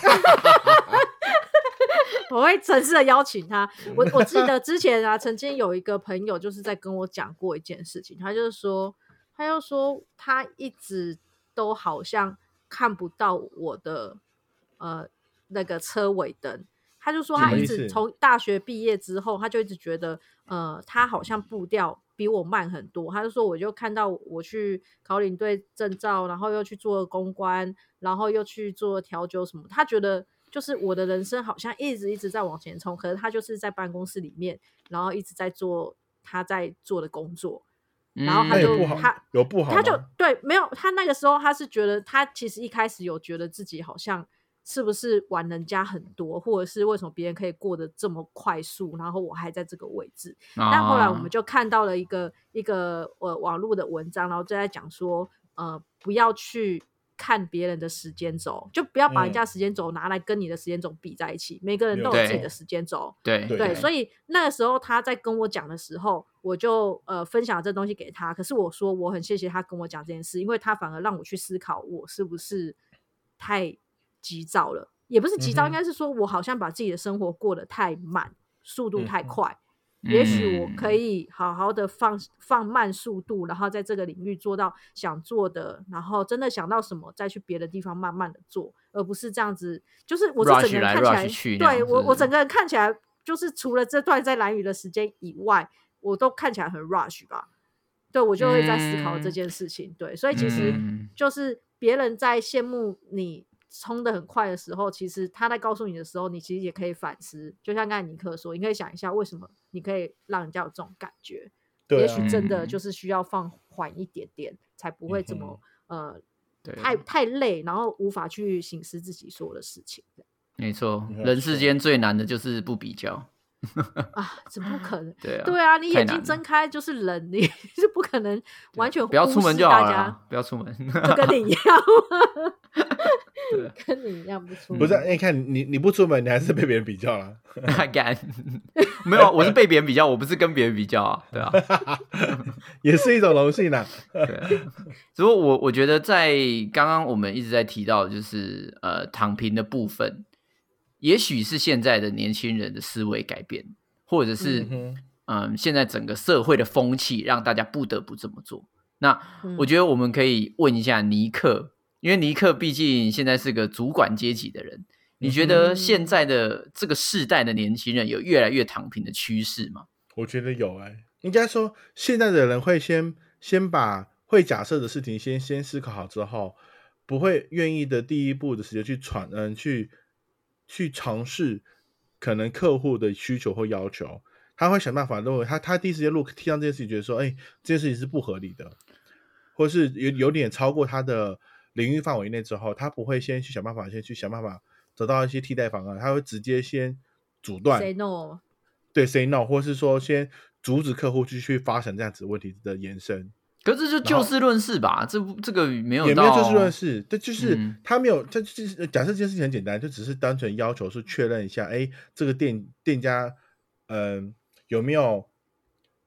我会诚挚的邀请他。我我记得之前啊，曾经有一个朋友就是在跟我讲过一件事情，他就是说，他就说他一直都好像看不到我的呃那个车尾灯。他就说他一直从大学毕业之后，他就一直觉得呃他好像步调比我慢很多。他就说我就看到我去考领队证照，然后又去做公关，然后又去做调酒什么，他觉得就是我的人生好像一直一直在往前冲，可是他就是在办公室里面，然后一直在做他在做的工作， 嗯、 然后他就他有不好吗？ 他就对没有，他那个时候他是觉得他其实一开始有觉得自己好像是不是玩人家很多，或者是为什么别人可以过得这么快速，然后我还在这个位置、啊、但后来我们就看到了一个一个呃网络的文章，然后就在讲说呃不要去看别人的时间轴，就不要把人家时间轴拿来跟你的时间轴比在一起、嗯、每个人都有自己的时间轴， 对对, 对，所以那个时候他在跟我讲的时候，我就呃分享这东西给他，可是我说我很谢谢他跟我讲这件事，因为他反而让我去思考我是不是太急躁了，也不是急躁、嗯、应该是说我好像把自己的生活过得太慢，速度太快、嗯、也许我可以好好的放放慢速度，然后在这个领域做到想做的，然后真的想到什么再去别的地方慢慢的做，而不是这样子，就是我这整个人看起来, 来去对我我整个人看起来就是除了这段在兰屿的时间以外，我都看起来很 rush 吧，对，我就会在思考这件事情、嗯、对，所以其实就是别人在羡慕你冲得很快的时候，其实他在告诉你的时候，你其实也可以反思，就像刚才尼克说，你可以想一下为什么你可以让人家有这种感觉、啊、也许真的就是需要放缓一点点、嗯、才不会这么、嗯、呃太太累，然后无法去省思自己所有的事情。 没错，人世间最难的就是不比较啊，怎么可能？ 对啊， 对啊，你眼睛睁开就是人，你是不可能完全忽视大家。 不要出门就好了，不要出门， 就跟你一样跟你一样不出门。 不是，你看你你不出门，你还是被别人比较了。 干没有，我是被别人比较，我不是跟别人比较啊，对啊， 也是一种荣幸啊。 对啊，只不过我我觉得在刚刚我们一直在提到，就是呃躺平的部分。也许是现在的年轻人的思维改变，或者是 嗯, 嗯现在整个社会的风气让大家不得不这么做。那我觉得我们可以问一下尼克，因为尼克毕竟现在是个主管阶级的人，你觉得现在的这个世代的年轻人有越来越躺平的趋势吗？ 我觉得有欸，应该说现在的人会先先把会假设的事情先先思考好之后，不会愿意的第一步的时间去传嗯去去尝试可能客户的需求或要求，他会想办法认为他他第一时间录听到这件事情，觉得说，哎，这件事情是不合理的，或是有有点超过他的领域范围内之后，他不会先去想办法，先去想办法得到一些替代方案，他会直接先阻断 say no， 对 say no， 或是说先阻止客户继续发生这样子问题的延伸。 可是这就就事论事吧，这这个没有到也没有就事论事，这就是他没有，他就是假设这件事情很简单，就只是单纯要求是确认一下，哎，这个店店家，嗯、呃，有没有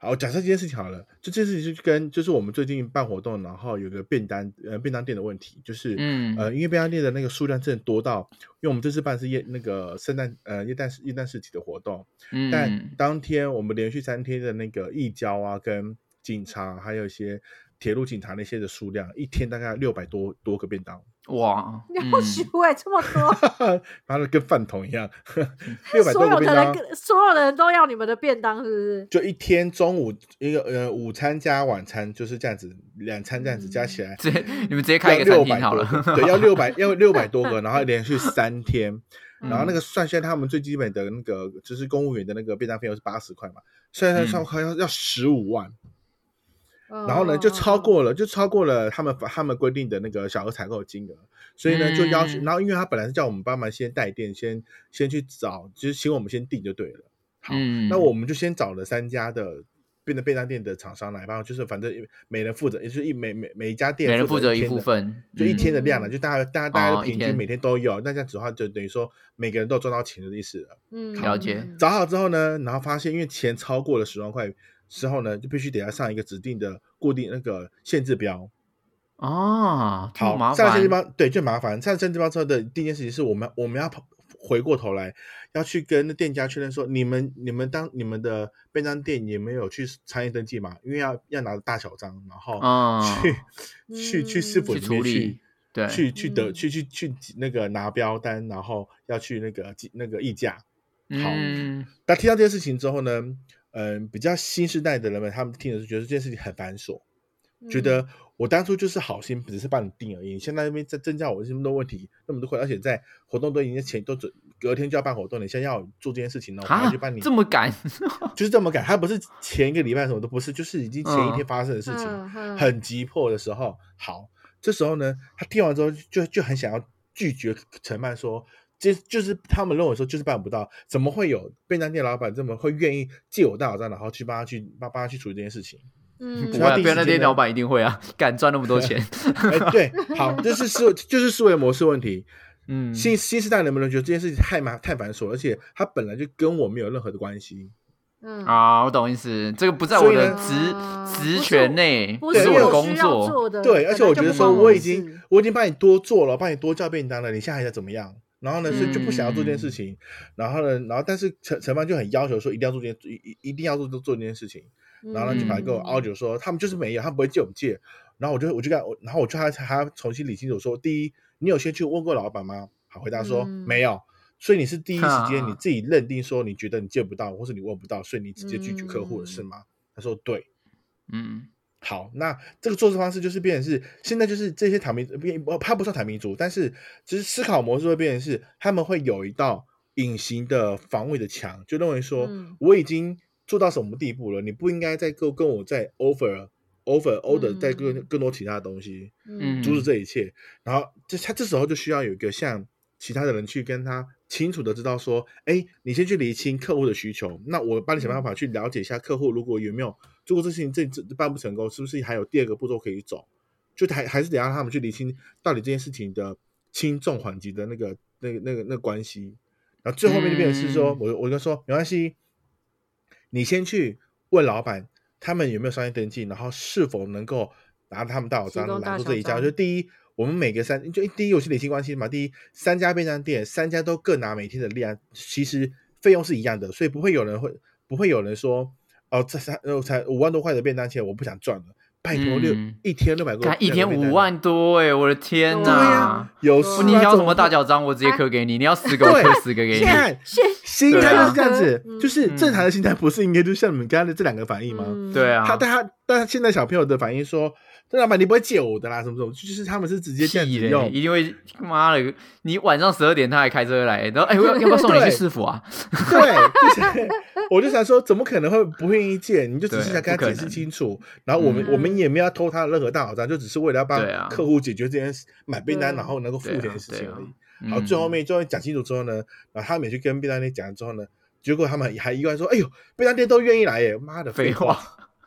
好，假设这件事情好了，就这件事情就跟就是我们最近办活动，然后有个便当呃便当店的问题，就是嗯呃因为便当店的那个数量真的多到，因为我们这次办是夜那个圣诞呃耶诞耶诞市集的活动，嗯，但当天我们连续三天的那个义交啊跟警察还有一些铁路警察那些的数量，一天大概六百多多个便当。 哇， 要许哎，这么多， 妈的跟饭桶一样，六百多个便当， 所有的人所有的人都要你们的便当，是不是？ 就一天中午一个呃午餐加晚餐就是这样子，两餐这样子加起来， 嗯、你们直接开一个餐厅好了， 对，要六百要六百多个，然后连续三天，然后那个算下来他们最基本的那个就是公务员的那个便当费用是八十块嘛，算算算快要要十五万。然后呢，就超过了，就超过了他们他们规定的那个小额采购金额，所以呢，就要求，然后因为他本来是叫我们帮忙先带店，先先去找，就是请我们先订就对了。好，嗯、那我们就先找了三家的便便当店的厂商来帮，就是反正每人负责，也就是一每每每一家店每人负责一部分， 就一天的量了，嗯、就大家大家大家平均每天都有，那这样子的话，就等于说每个人都赚到钱的意思了。 嗯，了解。 找好之后呢，然后发现因为钱超过了十万块。之后呢，就必须得要上一个指定的固定那个限制标哦， 好， 麻烦上限制标对就麻烦。上限制标之后的第一件事情是我们我们要回过头来要去跟店家确认说，你们你们当你们的便当店也没有去商业登记嘛？因为要要拿着大小章，然后去、嗯、去去市府里面去对去去得去去去那个拿标单，然后要去那个那个议价。好，嗯，那听到这件事情之后呢？嗯、呃，比较新时代的人们，他们听的是觉得这件事情很繁琐，嗯、觉得我当初就是好心，只是帮你订而已。你现在那边在增加我这么多问题，那么多困难，而且在活动都已经前都准隔天就要办活动，你现在要做这件事情呢，我还去帮你这么赶， 就是这么赶。他不是前一个礼拜什么都不是，就是已经前一天发生的事情，嗯、很急迫的时候。好，这时候呢，他听完之后就就很想要拒绝承办说。就就是他们认为说就是办不到，怎么会有便当店老板这么会愿意借我大小章，然后去帮他去帮帮他去处理这件事情？ 嗯，不会，便当店老板一定会啊，敢赚那么多钱。 哎，对，好，这是思就是思维模式问题。嗯，新新时代人们觉得这件事情太麻太繁琐，而且它本来就跟我没有任何的关系。 嗯啊，我懂意思，这个不在我的职职权内，不是我的工作。 对，而且我觉得说我已经我已经帮你多做了，帮你多叫便当了，你现在还想怎么样？然后呢，所以就不想要做这件事情。嗯、然后呢，然后但是承承办就很要求说一定要做这件一一定要做做这件事情。然后呢，就反正跟我拗酒说、嗯、他们就是没有，他们不会借我们借。然后我就我就跟然后我就还还要重新理清楚说，第一，你有先去问过老板吗？好，回答说、嗯、没有。所以你是第一时间你自己认定说你觉得你借不到，或是你问不到，所以你直接拒绝客户的是吗？嗯、他说对。嗯。好，那这个做事方式就是变成是现在就是这些躺平变，他不算躺平族，但是其实思考模式会变成是他们会有一道隐形的防卫的墙，就认为说、嗯、我已经做到什么地步了，你不应该再跟跟我再 offer over order 再更更多其他的东西，嗯，阻止这一切。然后这他这时候就需要有一个像其他的人去跟他清楚的知道说，哎，你先去厘清客户的需求，那我帮你想办法去了解一下客户如果有没有如果这事情这这办不成功，是不是还有第二个步骤可以走？就还还是得让他们去厘清到底这件事情的轻重缓急的那个那个那个那个关系。然后最后面就变成是说，嗯、我我就说没关系，你先去问老板他们有没有商业登记，然后是否能够拿他们大小章来做这一家。就第一，我们每个三就第一我是厘清关系嘛，第一三家便当店三家都各拿每天的量，其实费用是一样的，所以不会有人会不会有人说。哦，这才才五万多块的便当钱，我不想赚了。拜托六、嗯、一天六百多， 一天五万多哎、欸，我的天哪！ 对啊，有你要什么大脚章，我直接刻给你。你要十个，我刻十个给你。 看，心态就是这样子，啊、就是正常的心态，不是应该就像你们刚才的这两个反应吗？ 嗯、对啊， 他但他但现在小朋友的反应说。这老板你不会借我的啦，什么什么，就是他们是直接这样子用， 一定会妈的，你晚上十二点他还开车来，然后哎，要要不要送你去市府啊？ 对，就是我就想说，怎么可能会不愿意借？你就只是想跟他解释清楚，然后我们、嗯、我们也没有要偷他的任何大小章，就只是为了要帮客户解决这件事，买便当然后能够付钱的事情而已。啊、好，最后面最后讲清楚之后呢，然后他们也去跟便当店讲之后呢，结果他们还意外说，哎呦，便当店都愿意来耶，妈的废话。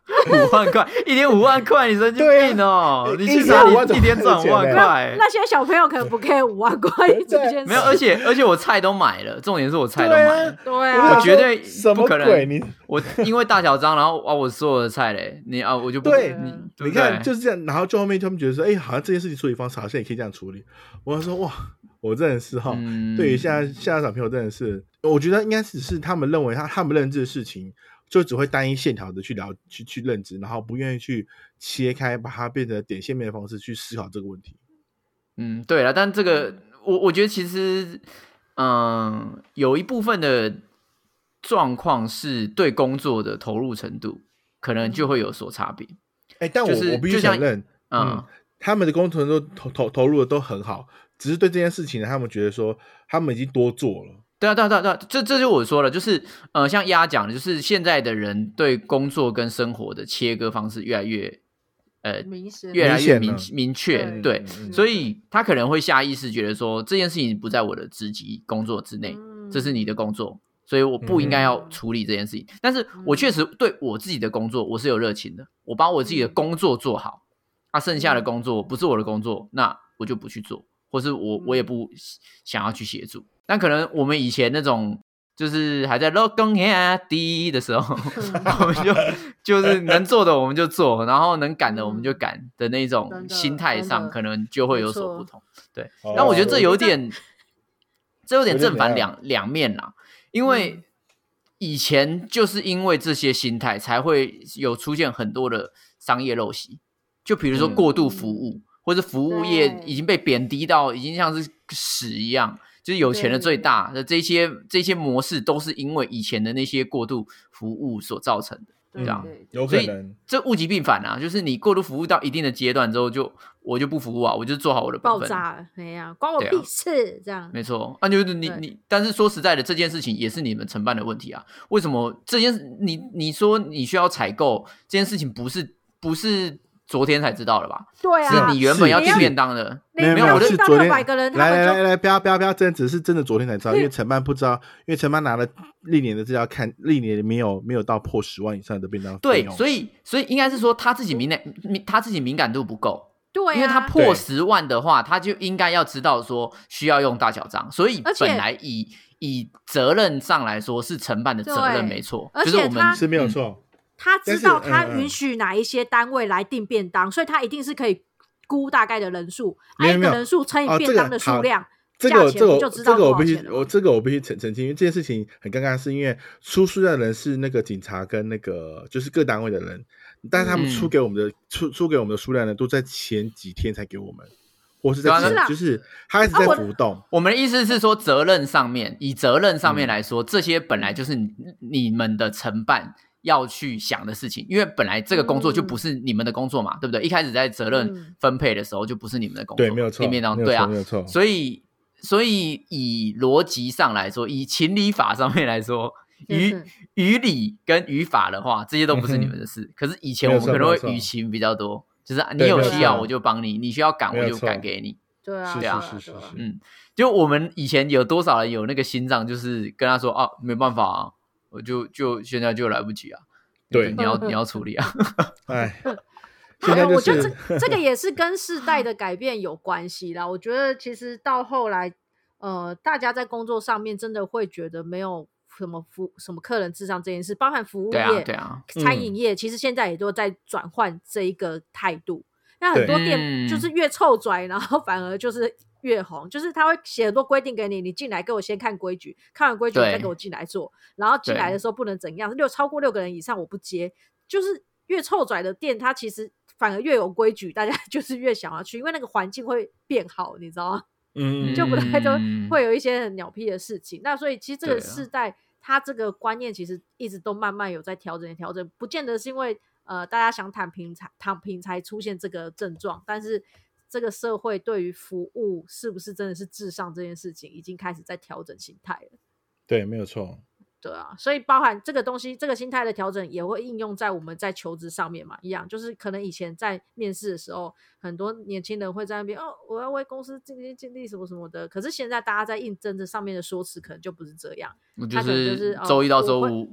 五万块，一天五万块，你神经病哦！你去哪里一天赚五万块？ 那些小朋友可能不 care 五万块这件事。 没有，而且而且我菜都买了，重点是我菜都买了。 对啊， 我绝对不可能。 你我因为大小张，然后啊，我所有的菜嘞，你啊，我就不对你你看就是这样，然后就后面他们觉得说，哎，好像这件事情处理方式好像也可以这样处理。我说哇，我真的是哈，嗯、对于现在现在小朋友真的是，我觉得应该只是他们认为他他们认知的事情。就只会单一线条的去聊去去认知，然后不愿意去切开，把它变成点线面的方式去思考这个问题。 嗯，对了，但这个我我觉得其实，嗯，有一部分的状况是对工作的投入程度，可能就会有所差别。 哎、欸，但我、就是、我必须承认，嗯，嗯他们的工作都投投投入的都很好，只是对这件事情呢，他们觉得说他们已经多做了。 对啊，对啊，对啊，对啊，这这就我说了，就是呃，像丫讲的，就是现在的人对工作跟生活的切割方式越来越呃，越来越明明确，对，对所以他可能会下意识觉得说这件事情不在我的职级工作之内，嗯、这是你的工作，所以我不应该要处理这件事情。嗯、但是我确实对我自己的工作我是有热情的，我把我自己的工作做好，啊，剩下的工作不是我的工作，那我就不去做，或是我我也不想要去协助。但可能我们以前那种就是还在落更下低的时候，我们就就是能做的我们就做，然后能赶的我们就赶的那种心态上，可能就会有所不同。对，但我觉得这有点，这有点正反两两面啦。因为以前就是因为这些心态，才会有出现很多的商业陋习，就比如说过度服务，或者服务业已经被贬低到已经像是屎一样。就是有钱的最大的这些这些模式，都是因为以前的那些过度服务所造成的，对吧？ 有可能， 所以这物极必反啊！就是你过度服务到一定的阶段之后，就我就不服务啊，我就做好我的本分。 爆炸了，哎呀，关我屁事！这样没错，啊，就是你你，但是说实在的，这件事情也是你们承办的问题啊。为什么这件你你说你需要采购这件事情，不是不是？昨天才知道了吧？ 对啊， 是你原本要订便当的， 没有没有，是昨天。来来来，不要不要不要，真的只是真的昨天才知道，因为承办不知道，因为承办拿了历年的资料看，历年没有没有到破十万以上的便当费用。 对，所以所以应该是说他自己敏感，他自己敏感度不够。 对、啊， 因为他破十万的话，他就应该要知道说需要用大小章，所以本来以以责任上来说是承办的责任没错，就是我们是没有错。 他知道他允许哪一些单位来订便当，嗯、所以他一定是可以估大概的人数，按一个人数乘以便当的数量， 这个这个这个我必须我这个我必须澄澄清，因为这件事情很尴尬，是因为出书的人是那个警察跟那个就是各单位的人，但是他们出给我们的、嗯、出出给我们的数量呢，都在前几天才给我们。或是在前、啊、就是他一直在浮动、啊、 我, 我们的意思是说责任上面以责任上面来说、嗯、这些本来就是你, 你们的承办要去想的事情，因为本来这个工作就不是你们的工作嘛、嗯、对不对？一开始在责任分配的时候就不是你们的工作， 对，没有错， 对啊， 没有错。 所以所以以逻辑上来说，以情理法上面来说，于于理跟于法的话，这些都不是你们的事、嗯、可是以前我们可能会于情比较多，就是你有需要我就帮你，你需要赶我就赶给你。 对啊， 是啊，是是是， 嗯，就我们以前有多少人有那个心脏，就是跟他说啊，没办法啊，我就就现在就来不及啊， 对， 你要你要处理啊， 哎， 现在就是、我觉得这这个也是跟世代的改变有关系啦。我觉得其实到后来，呃，大家在工作上面真的会觉得没有什么服什么客人至上这件事，包含服务业、 对啊对啊、 餐饮业、嗯，其实现在也都在转换这一个态度。那很多店就是越臭拽，然后反而就是越红，就是他会写很多规定给你，你进来给我先看规矩，看完规矩再给我进来做，然后进来的时候不能怎样，六超过六个人以上我不接，就是越臭拽的店，它其实反而越有规矩，大家就是越想要去，因为那个环境会变好，你知道吗？嗯，就不太就会有一些很鸟屁的事情。那所以其实这个世代，它这个观念其实一直都慢慢有在调整调整，不见得是因为。呃，大家想躺平才躺平才出现这个症状，但是这个社会对于服务是不是真的是至上这件事情，已经开始在调整心态了。 对，没有错。 对啊，所以包含这个东西，这个心态的调整也会应用在我们在求职上面嘛，一样，就是可能以前在面试的时候，很多年轻人会在那边哦，我要为公司尽心尽力什么什么的，可是现在大家在应征这上面的说辞可能就不是这样， 就是周一到周五。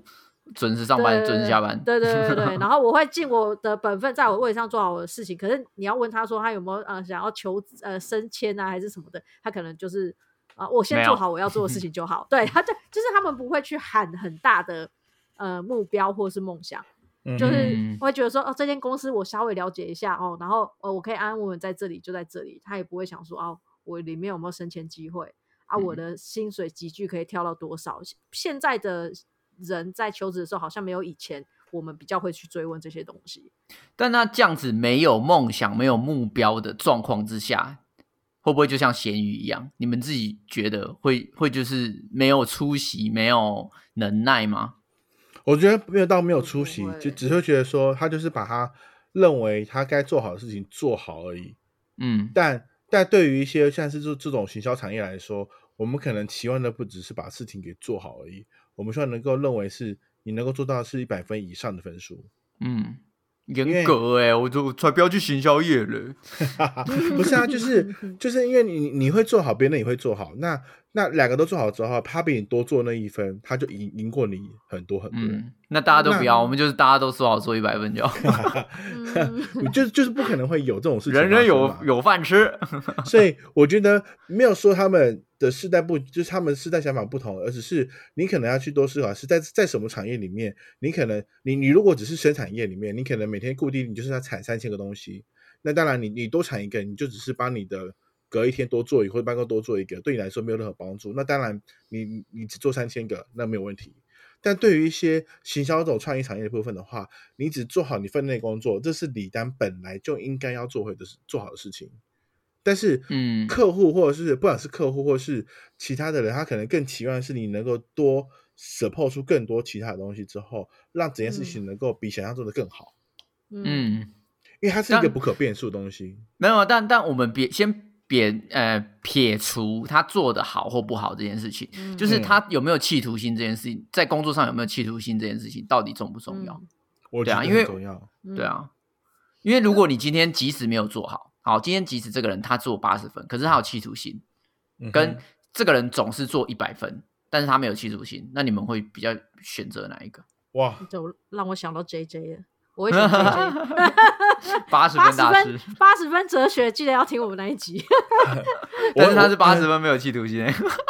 准时上班准时下班， 对对对 对, 对然后我会尽我的本分在我位置上做好我的事情，可是你要问他说他有没有呃想要求呃升迁啊还是什么的，他可能就是啊、呃、我先做好我要做的事情就好对他就就是他们不会去喊很大的呃目标或是梦想，就是我会觉得说哦这间公司我稍微了解一下哦，然后呃我可以安安稳稳在这里就在这里，他也不会想说哦我里面有没有升迁机会啊，我的薪水集聚可以跳到多少，现在的人在求职的时候好像没有以前我们比较会去追问这些东西。 但那这样子没有梦想没有目标的状况之下，会不会就像咸鱼一样，你们自己觉得会会就是没有出息没有能耐吗？ 我觉得没有到没有出息，就只会觉得说他就是把他认为他该做好的事情做好而已。 嗯， 但但对于一些像是这种行销产业来说，我们可能期望的不只是把事情给做好而已，我们希望能够认为是你能够做到的是一百分以上的分数。 嗯，严格哎、欸，我就才不要去行销业了。 不是啊，就是就是因为你你会做好，别人也会做好，那那两个都做好之后，他比你多做那一分，他就赢赢过你很多很多。 嗯，那大家都不要，我们就是大家都做好做一百分就好。 就就是不可能会有这种事情， 人人有有饭吃。 所以我觉得没有说他们的世代不，就是他们世代想法不同，而只是你可能要去多思考，是在在什么产业里面，你可能你你如果只是生产业里面，你可能每天固定你就是要产三千个东西，那当然你你多产一个，你就只是帮你的隔一天多做一个，或者办公多做一个，对你来说没有任何帮助。那当然你你只做三千个，那没有问题。但对于一些行销这种创意产业的部分的话，你只做好你分内工作，这是李丹本来就应该要做会的做好的事情。但是客户或者是不管是客户或是其他的人，他可能更期望的是你能够多 support 出更多其他的东西之后，让整件事情能够比想象中的更好。 嗯， 因为它是一个不可变数的东西。 没有，但但我们别先别呃撇除他做的好或不好这件事情，嗯、就是他有没有企图心这件事情，在工作上有没有企图心这件事情到底重不重要？嗯、 我觉得很重要。 对啊，因为如果你今天即使没有做好，好，今天即使这个人他做八十分，可是他有企图心，嗯、跟这个人总是做一百分，但是他没有企图心，那你们会比较选择哪一个？ 哇， 就让我想到 J J 了。我会选 J J 八十分大师， 八十分哲学，记得要听我们那一集。 但是他是八十分没有企图心，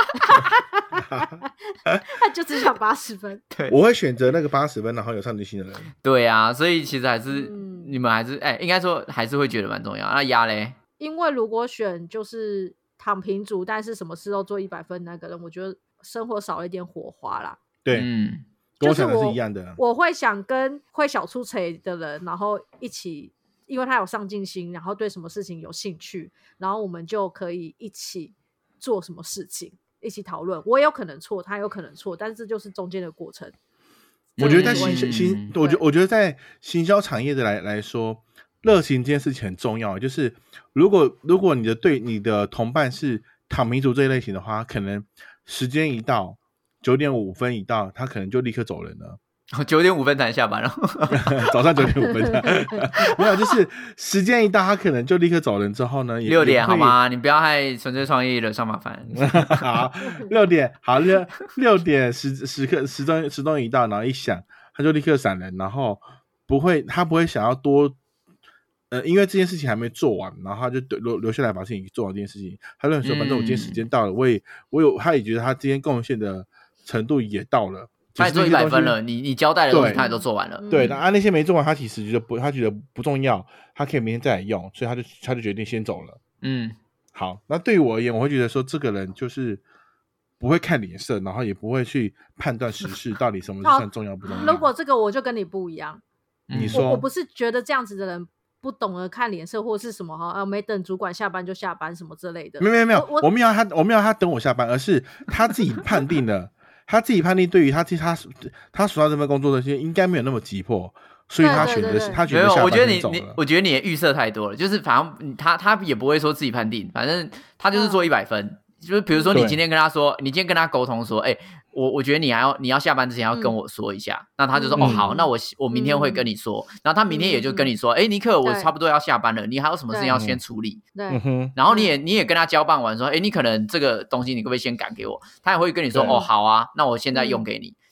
他就只想八十分。 对， 我会选择那个八十分然后有上进心的人。 对啊，所以其实还是、嗯、你们还是哎、欸，应该说还是会觉得蛮重要。那鸭嘞？ 因为如果选就是躺平族，但是什么事都做一百分那个人，我觉得生活少了一点火花啦。 对，嗯。跟我想的是一样的、 就是我，我会想跟会小出彩的人，然后一起，因为他有上进心，然后对什么事情有兴趣，然后我们就可以一起做什么事情，一起讨论。我有可能错，他有可能错，但是这就是中间的过程。 我觉得在行行、嗯，我觉我觉得在行销产业的来来说，热情这件事情很重要。就是如果如果你的对你的同伴是躺平族这一类型的话，可能时间一到。九点五分一到，他可能就立刻走人了。 九点五分才下班了， 早上九点五分没有，就是时间一到，他可能就立刻走人。之后呢， 六点好吗？你不要害纯粹创意惹上麻烦。 好，六点好六六点时时刻时钟时钟一到，然后一响，他就立刻闪人，然后不会，他不会想要多。呃，因为这件事情还没做完，然后他就留留下来把事情做完这件事情。他认为说，反正我今天时间到了，嗯、我也我有，他也觉得他今天贡献的程度也到了， 他也做一百分了，你你交代的东西他也都做完了。 对，那、啊、那些没做完，他其实觉得不，他觉得不重要，他可以明天再来用，所以他就他就决定先走了。 嗯， 好，那对于我而言，我会觉得说，这个人就是不会看脸色，然后也不会去判断时事到底什么是算重要不重要。 如果这个我就跟你不一样， 你说我, 我不是觉得这样子的人不懂得看脸色，或是什么哈、啊，没等主管下班就下班什么之类的。 没有没有没有，我我没有他，我没有他等我下班，而是他自己判定了，他自己判定对于他他他手上这份工作的些应该没有那么急迫，所以他选择他选择下班先走了。 我觉得你你，我觉得你的预设太多了，就是反正他他也不会说自己判定，反正他就是做一百分。嗯就是比如说，你今天跟他说，你今天跟他沟通说，哎、欸，我我觉得你还要你要下班之前要跟我说一下，嗯、那他就说、嗯、哦好，那我我明天会跟你说，嗯、然后他明天也就跟你说，哎、欸，尼克，我差不多要下班了，你还有什么事情要先处理？ 对， 然后你也你也跟他交办完说，哎、欸，你可能这个东西你可不可以先赶给我？他也会跟你说，哦好啊，那我现在用给你。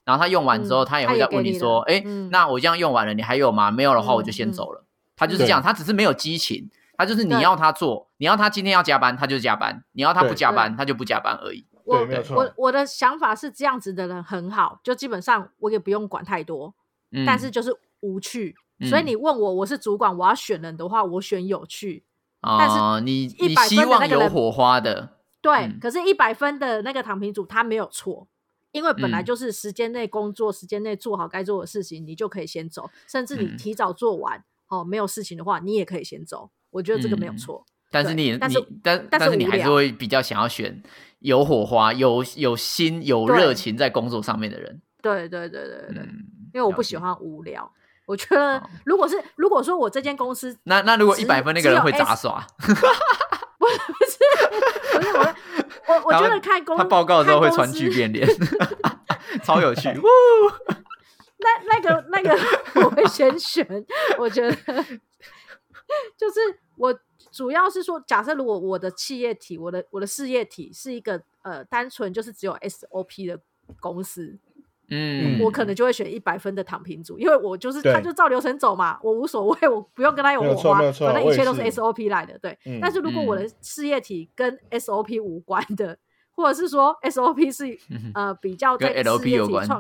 然后他用完之后， 嗯、 他也会再问你说，哎、 嗯， 那我这样用完了，你还有吗？没有的话，我就先走了。嗯、他就是这样，他只是没有激情，他就是你要他做，你要他今天要加班，他就加班；你要他不加班，他就不加班而已。 我对， 我我的想法是这样子的人很好，就基本上我也不用管太多，嗯、但是就是无趣。嗯、所以你问我，我是主管，我要选人的话，我选有趣。 哦、 但是你你希望有火花的， 对。 嗯、 可是一百分的那个躺平族他没有错，因为本来就是时间内工作，嗯、时间内做好该做的事情，你就可以先走。甚至你提早做完，嗯、哦，没有事情的话，你也可以先走。我觉得这个没有错。嗯、 但是你但是你但但是你还是会比较想要选有火花、有有心、有热情在工作上面的人。 对对对对对对，嗯、因为我不喜欢无聊。我觉得，如果是如果说我这间公司， 那那如果一百分那个人会杂耍， 不是不是不是我我我觉得看公他报告的时候会传巨变脸，超有趣。 那那个那个我会先选，我觉得就是我主要是说，假设如果我的企业体，我的我的事业体是一个呃单纯就是只有 S O P 的公司。嗯，我可能就会选一百分的躺平组，因为我就是他就照流程走嘛，我无所谓，我不用跟他有火花，反正一切都是 S O P 来的。对，嗯、但是如果我的事业体跟 S O P 无关的，或者是说 S O P 是、嗯、呃比较在跟 L P 有关，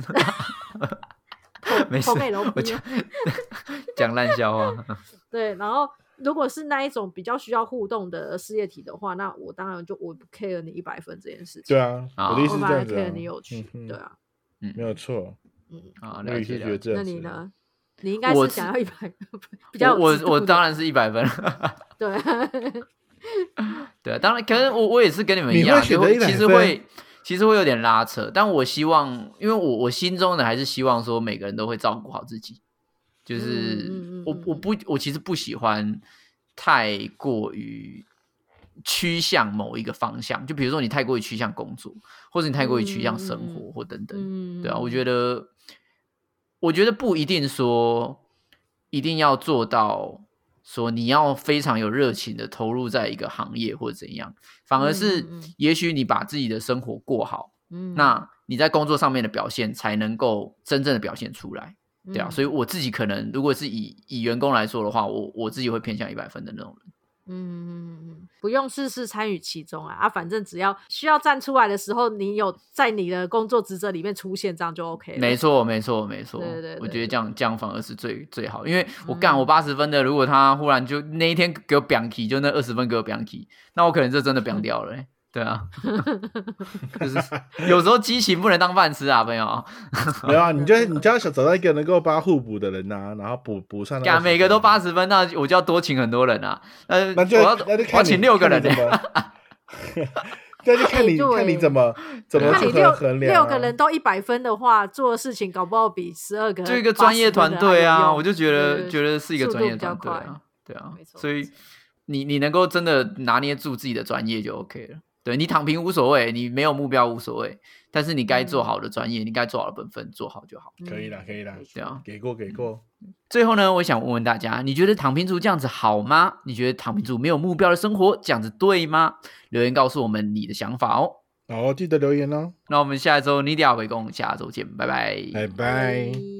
没事，我讲讲烂笑话。 对，然后如果是那一种比较需要互动的事业体的话，那我当然就我不 care 你一百分这件事情。 对啊，我的意思是这样子、啊， 我反而 care 你有趣，嗯、对啊。 嗯，没有错。 嗯，啊，了解了解。 那你呢？你应该是想要一百比较我我当然是一百分。 对， 对啊，当然，可是我我也是跟你们一样，就会其实会其实会有点拉扯，但我希望，因为我我心中的还是希望说每个人都会照顾好自己，就是、嗯、我我不我其实不喜欢太过于趋向某一个方向，就比如说你太过于趋向工作，或者你太过于趋向生活、嗯、或等等、嗯、对啊，我觉得我觉得不一定说一定要做到说你要非常有热情的投入在一个行业或者怎样，反而是也许你把自己的生活过好、嗯、那你在工作上面的表现才能够真正的表现出来，对啊、嗯、所以我自己可能如果是以以员工来说的话，我我自己会偏向一百分的那种人。 嗯，不用事事参与其中啊，啊，反正只要需要站出来的时候，你有在你的工作职责里面出现，这样就 OK 了。 没错，没错，没错。对对对对，我觉得这样这样反而是最最好，因为我干、嗯、我八十分的，如果他忽然就那一天给我表起，就那二十分给我表起，那我可能就真的表掉了、欸。对啊，就是有时候激情不能当饭吃啊，朋友。 没有啊，你就你就要想找到一个能够帮他互补的人呐、啊，然后补补上。 干每个都八十分，那我就要多请很多人啊。呃， 那就我要那就看我要请六个人、欸。 那就看你看你怎么怎么去衡量、啊。 六个人都一百分的话，做的事情搞不好比十二个就一个专业团队啊，我就觉得觉得是一个专业团队啊，对啊，所以你你能够真的拿捏住自己的专业就 OK 了。对，你躺平无所谓，你没有目标无所谓，但是你该做好的专业、嗯、你该做好的本分做好就好。 可以啦可以啦， 对啊， 给过给过。 最后呢，我想问问大家，你觉得躺平族这样子好吗？你觉得躺平族没有目标的生活这样子对吗？留言告诉我们你的想法哦。 好，记得留言哦。 那我们下周你一定要回共，下周见，拜拜， 拜拜。